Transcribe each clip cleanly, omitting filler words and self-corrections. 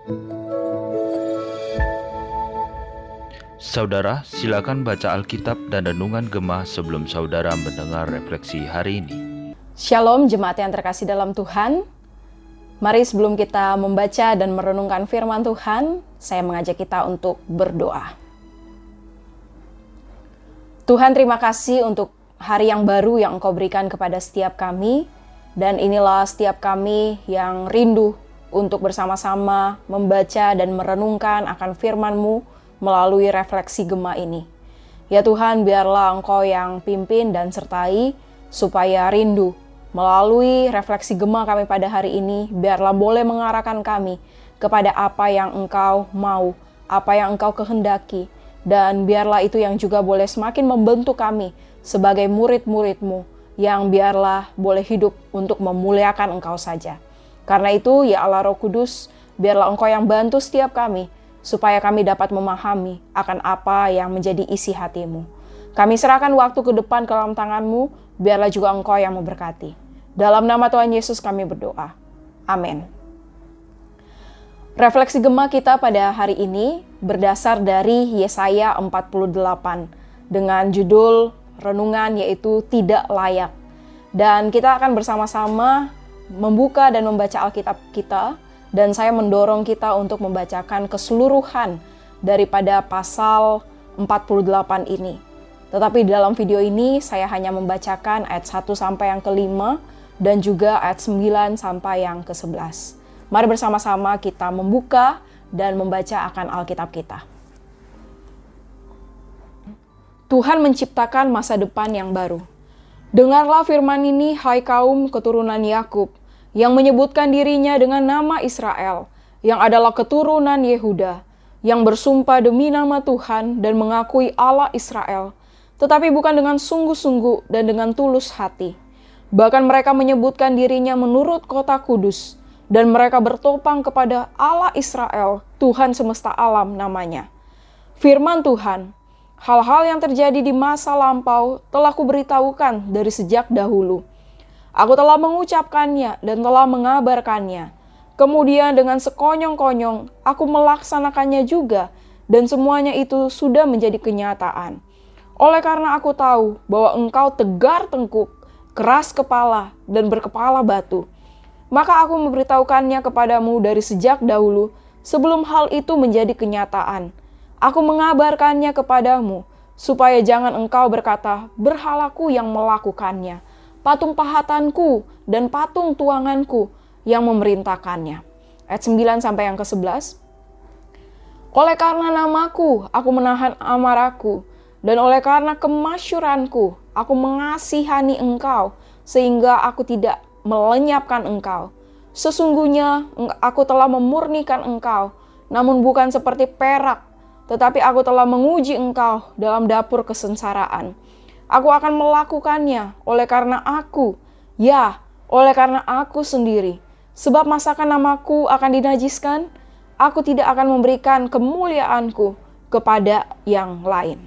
Saudara, silakan baca Alkitab dan Renungan Gemah sebelum saudara mendengar refleksi hari ini. Shalom jemaat yang terkasih dalam Tuhan. Mari sebelum kita membaca dan merenungkan firman Tuhan, saya mengajak kita untuk berdoa. Tuhan, terima kasih untuk hari yang baru yang Engkau berikan kepada setiap kami. Dan inilah setiap kami yang rindu untuk bersama-sama membaca dan merenungkan akan firman-Mu melalui refleksi Gemah ini. Ya Tuhan, biarlah Engkau yang pimpin dan sertai supaya rindu melalui refleksi Gemah kami pada hari ini, biarlah boleh mengarahkan kami kepada apa yang Engkau mau, apa yang Engkau kehendaki, dan biarlah itu yang juga boleh semakin membentuk kami sebagai murid-murid-Mu, yang biarlah boleh hidup untuk memuliakan Engkau saja. Karena itu, ya Allah Roh Kudus, biarlah Engkau yang bantu setiap kami, supaya kami dapat memahami akan apa yang menjadi isi hati-Mu. Kami serahkan waktu ke depan ke dalam tangan-Mu, biarlah juga Engkau yang memberkati. Dalam nama Tuhan Yesus kami berdoa. Amin. Refleksi Gemah kita pada hari ini berdasar dari Yesaya 48 dengan judul renungan yaitu Tidak Layak. Dan kita akan bersama-sama membuka dan membaca Alkitab kita. Dan saya mendorong kita untuk membacakan keseluruhan daripada pasal 48 ini. Tetapi dalam video ini saya hanya membacakan ayat 1 sampai yang ke-5 dan juga ayat 9 sampai yang ke-11. Mari bersama-sama kita membuka dan membaca akan Alkitab kita. Tuhan menciptakan masa depan yang baru. Dengarlah firman ini, hai kaum keturunan Yakub, yang menyebutkan dirinya dengan nama Israel, yang adalah keturunan Yehuda, yang bersumpah demi nama Tuhan dan mengakui Allah Israel, tetapi bukan dengan sungguh-sungguh dan dengan tulus hati. Bahkan mereka menyebutkan dirinya menurut kota kudus, dan mereka bertopang kepada Allah Israel, Tuhan semesta alam namanya. Firman Tuhan, hal-hal yang terjadi di masa lampau telah kuberitahukan dari sejak dahulu. Aku telah mengucapkannya dan telah mengabarkannya. Kemudian dengan sekonyong-konyong, aku melaksanakannya juga, dan semuanya itu sudah menjadi kenyataan. Oleh karena aku tahu bahwa engkau tegar tengkuk, keras kepala, dan berkepala batu, maka aku memberitahukannya kepadamu dari sejak dahulu, sebelum hal itu menjadi kenyataan. Aku mengabarkannya kepadamu, supaya jangan engkau berkata, berhalaku yang melakukannya, patung pahatanku dan patung tuanganku yang memerintahkannya. Ayat 9 sampai yang ke-11. Oleh karena namaku, aku menahan amarahku, dan oleh karena kemasyuranku, aku mengasihani engkau, sehingga aku tidak melenyapkan engkau. Sesungguhnya aku telah memurnikan engkau, namun bukan seperti perak, tetapi aku telah menguji engkau dalam dapur kesengsaraan. Aku akan melakukannya oleh karena aku, ya, oleh karena aku sendiri. Sebab masakan namaku akan dinajiskan, aku tidak akan memberikan kemuliaanku kepada yang lain.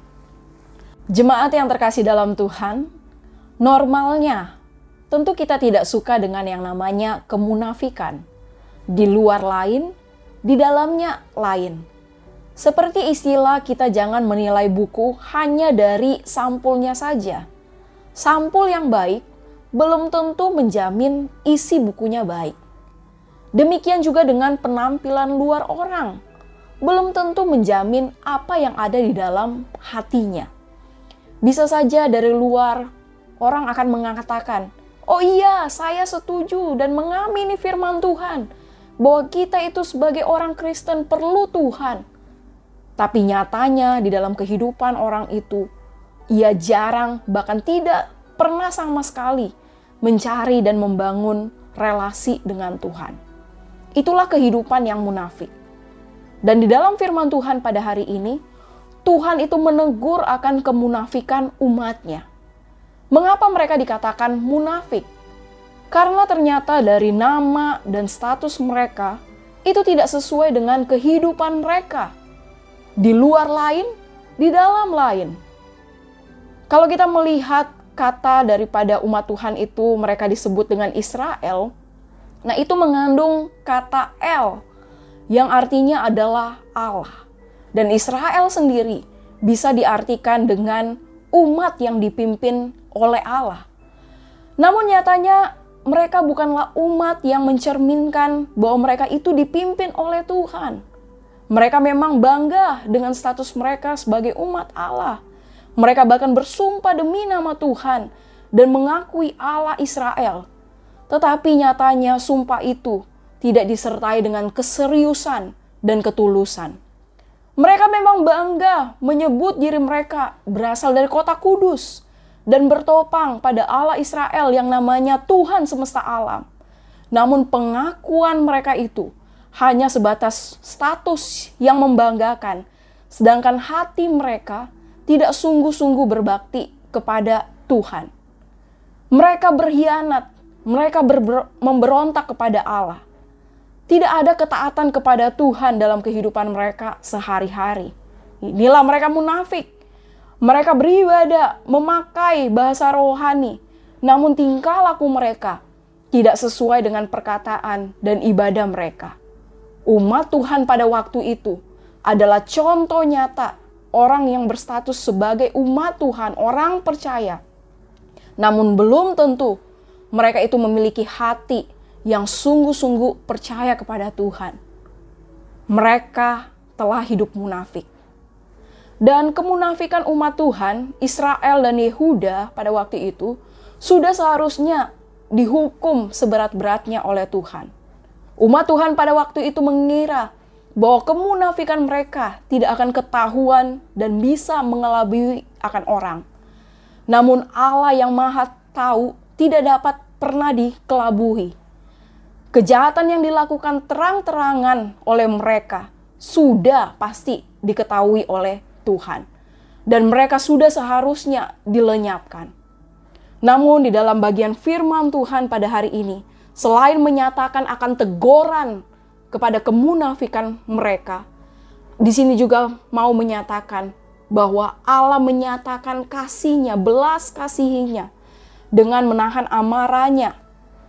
Jemaat yang terkasih dalam Tuhan, normalnya tentu kita tidak suka dengan yang namanya kemunafikan. Di luar lain, di dalamnya lain. Seperti istilah kita jangan menilai buku hanya dari sampulnya saja. Sampul yang baik belum tentu menjamin isi bukunya baik. Demikian juga dengan penampilan luar orang. Belum tentu menjamin apa yang ada di dalam hatinya. Bisa saja dari luar orang akan mengatakan, oh iya, saya setuju dan mengamini firman Tuhan, bahwa kita itu sebagai orang Kristen perlu Tuhan. Tapi nyatanya di dalam kehidupan orang itu, ia jarang bahkan tidak pernah sama sekali mencari dan membangun relasi dengan Tuhan. Itulah kehidupan yang munafik. Dan di dalam firman Tuhan pada hari ini, Tuhan itu menegur akan kemunafikan umatnya. Mengapa mereka dikatakan munafik? Karena ternyata dari nama dan status mereka itu tidak sesuai dengan kehidupan mereka. Di luar lain, di dalam lain. Kalau kita melihat kata daripada umat Tuhan itu mereka disebut dengan Israel, nah itu mengandung kata El yang artinya adalah Allah. Dan Israel sendiri bisa diartikan dengan umat yang dipimpin oleh Allah. Namun nyatanya mereka bukanlah umat yang mencerminkan bahwa mereka itu dipimpin oleh Tuhan. Mereka memang bangga dengan status mereka sebagai umat Allah. Mereka bahkan bersumpah demi nama Tuhan dan mengakui Allah Israel. Tetapi nyatanya sumpah itu tidak disertai dengan keseriusan dan ketulusan. Mereka memang bangga menyebut diri mereka berasal dari kota kudus dan bertopang pada Allah Israel yang namanya Tuhan semesta alam. Namun pengakuan mereka itu hanya sebatas status yang membanggakan, sedangkan hati mereka tidak sungguh-sungguh berbakti kepada Tuhan. Mereka berkhianat, mereka memberontak kepada Allah. Tidak ada ketaatan kepada Tuhan dalam kehidupan mereka sehari-hari. Inilah mereka munafik. Mereka beribadah, memakai bahasa rohani, namun tingkah laku mereka tidak sesuai dengan perkataan dan ibadah mereka. Umat Tuhan pada waktu itu adalah contoh nyata orang yang berstatus sebagai umat Tuhan, orang percaya. Namun belum tentu mereka itu memiliki hati yang sungguh-sungguh percaya kepada Tuhan. Mereka telah hidup munafik. Dan kemunafikan umat Tuhan, Israel dan Yehuda pada waktu itu sudah seharusnya dihukum seberat-beratnya oleh Tuhan. Umat Tuhan pada waktu itu mengira bahwa kemunafikan mereka tidak akan ketahuan dan bisa mengelabui akan orang. Namun Allah yang Maha Tahu tidak dapat pernah dikelabui. Kejahatan yang dilakukan terang-terangan oleh mereka sudah pasti diketahui oleh Tuhan. Dan mereka sudah seharusnya dilenyapkan. Namun di dalam bagian firman Tuhan pada hari ini, selain menyatakan akan teguran kepada kemunafikan mereka, di sini juga mau menyatakan bahwa Allah menyatakan kasih-Nya, belas kasihinya dengan menahan amarahnya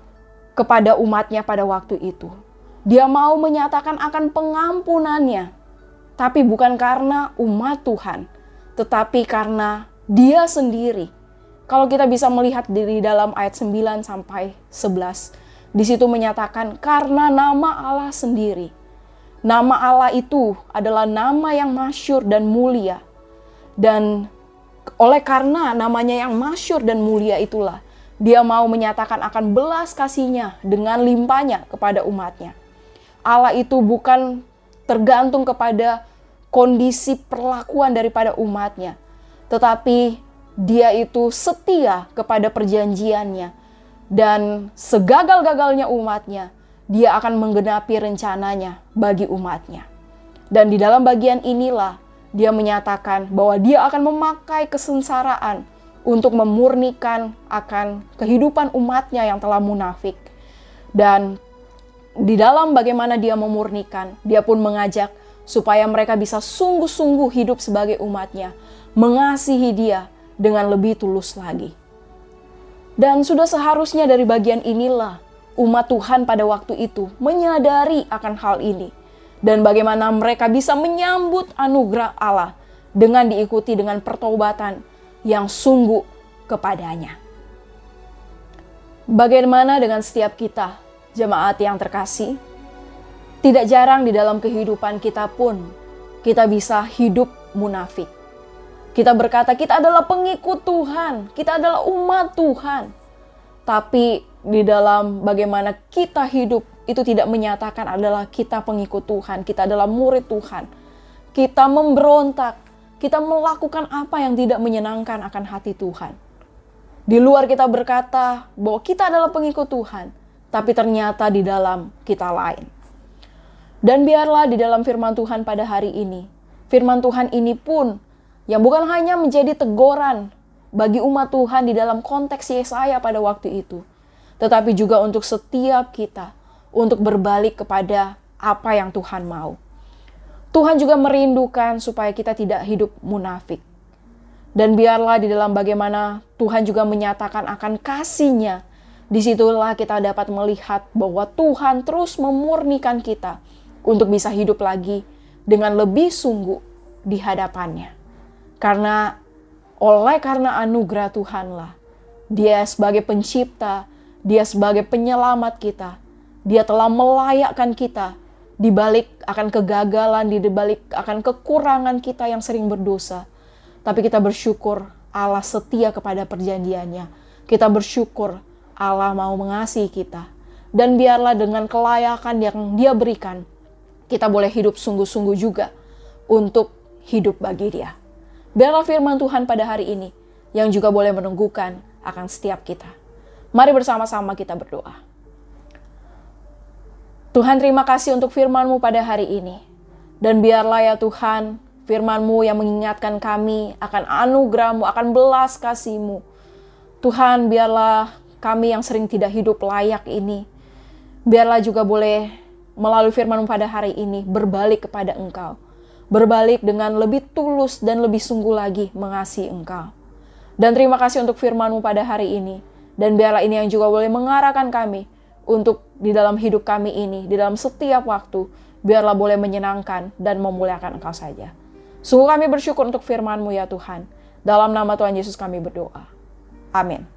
kepada umatnya pada waktu itu. Dia mau menyatakan akan pengampunannya, tapi bukan karena umat Tuhan, tetapi karena Dia sendiri. Kalau kita bisa melihat di dalam ayat 9 sampai 11, di situ menyatakan karena nama Allah sendiri. Nama Allah itu adalah nama yang masyhur dan mulia. Dan oleh karena namanya yang masyhur dan mulia itulah, Dia mau menyatakan akan belas kasih-Nya dengan limpahnya kepada umatnya. Allah itu bukan tergantung kepada kondisi perlakuan daripada umatnya, tetapi Dia itu setia kepada perjanjiannya. Dan segagal-gagalnya umatnya, Dia akan menggenapi rencananya bagi umatnya. Dan di dalam bagian inilah Dia menyatakan bahwa Dia akan memakai kesengsaraan untuk memurnikan akan kehidupan umatnya yang telah munafik. Dan di dalam bagaimana Dia memurnikan, Dia pun mengajak supaya mereka bisa sungguh-sungguh hidup sebagai umatnya, mengasihi Dia dengan lebih tulus lagi. Dan sudah seharusnya dari bagian inilah umat Tuhan pada waktu itu menyadari akan hal ini. Dan bagaimana mereka bisa menyambut anugerah Allah dengan diikuti dengan pertobatan yang sungguh kepadanya. Bagaimana dengan setiap kita, jemaat yang terkasih? Tidak jarang di dalam kehidupan kita pun, kita bisa hidup munafik. Kita berkata kita adalah pengikut Tuhan, kita adalah umat Tuhan. Tapi di dalam bagaimana kita hidup, itu tidak menyatakan adalah kita pengikut Tuhan, kita adalah murid Tuhan. Kita memberontak, kita melakukan apa yang tidak menyenangkan akan hati Tuhan. Di luar kita berkata bahwa kita adalah pengikut Tuhan, tapi ternyata di dalam kita lain. Dan biarlah di dalam firman Tuhan pada hari ini, firman Tuhan ini pun yang bukan hanya menjadi teguran bagi umat Tuhan di dalam konteks Yesaya pada waktu itu, tetapi juga untuk setiap kita, untuk berbalik kepada apa yang Tuhan mau. Tuhan juga merindukan supaya kita tidak hidup munafik. Dan biarlah di dalam bagaimana Tuhan juga menyatakan akan kasih-Nya, disitulah kita dapat melihat bahwa Tuhan terus memurnikan kita untuk bisa hidup lagi dengan lebih sungguh di hadapannya. Karena karena anugerah Tuhanlah, Dia sebagai pencipta, Dia sebagai penyelamat kita, Dia telah melayakkan kita di balik akan kegagalan, di balik akan kekurangan kita yang sering berdosa. Tapi kita bersyukur Allah setia kepada perjanjiannya. Kita bersyukur Allah mau mengasihi kita. Dan biarlah dengan kelayakan yang Dia berikan, kita boleh hidup sungguh-sungguh juga untuk hidup bagi Dia. Biarlah firman Tuhan pada hari ini yang juga boleh menunggukan akan setiap kita. Mari bersama-sama kita berdoa. Tuhan, terima kasih untuk firman-Mu pada hari ini. Dan biarlah ya Tuhan, firman-Mu yang mengingatkan kami akan anugerah-Mu, akan belas kasih-Mu. Tuhan, biarlah kami yang sering tidak hidup layak ini, biarlah juga boleh melalui firman-Mu pada hari ini berbalik kepada Engkau. Berbalik dengan lebih tulus dan lebih sungguh lagi mengasihi Engkau. Dan terima kasih untuk firman-Mu pada hari ini. Dan biarlah ini yang juga boleh mengarahkan kami untuk di dalam hidup kami ini, di dalam setiap waktu, biarlah boleh menyenangkan dan memuliakan Engkau saja. Sungguh kami bersyukur untuk firman-Mu ya Tuhan. Dalam nama Tuhan Yesus kami berdoa. Amin.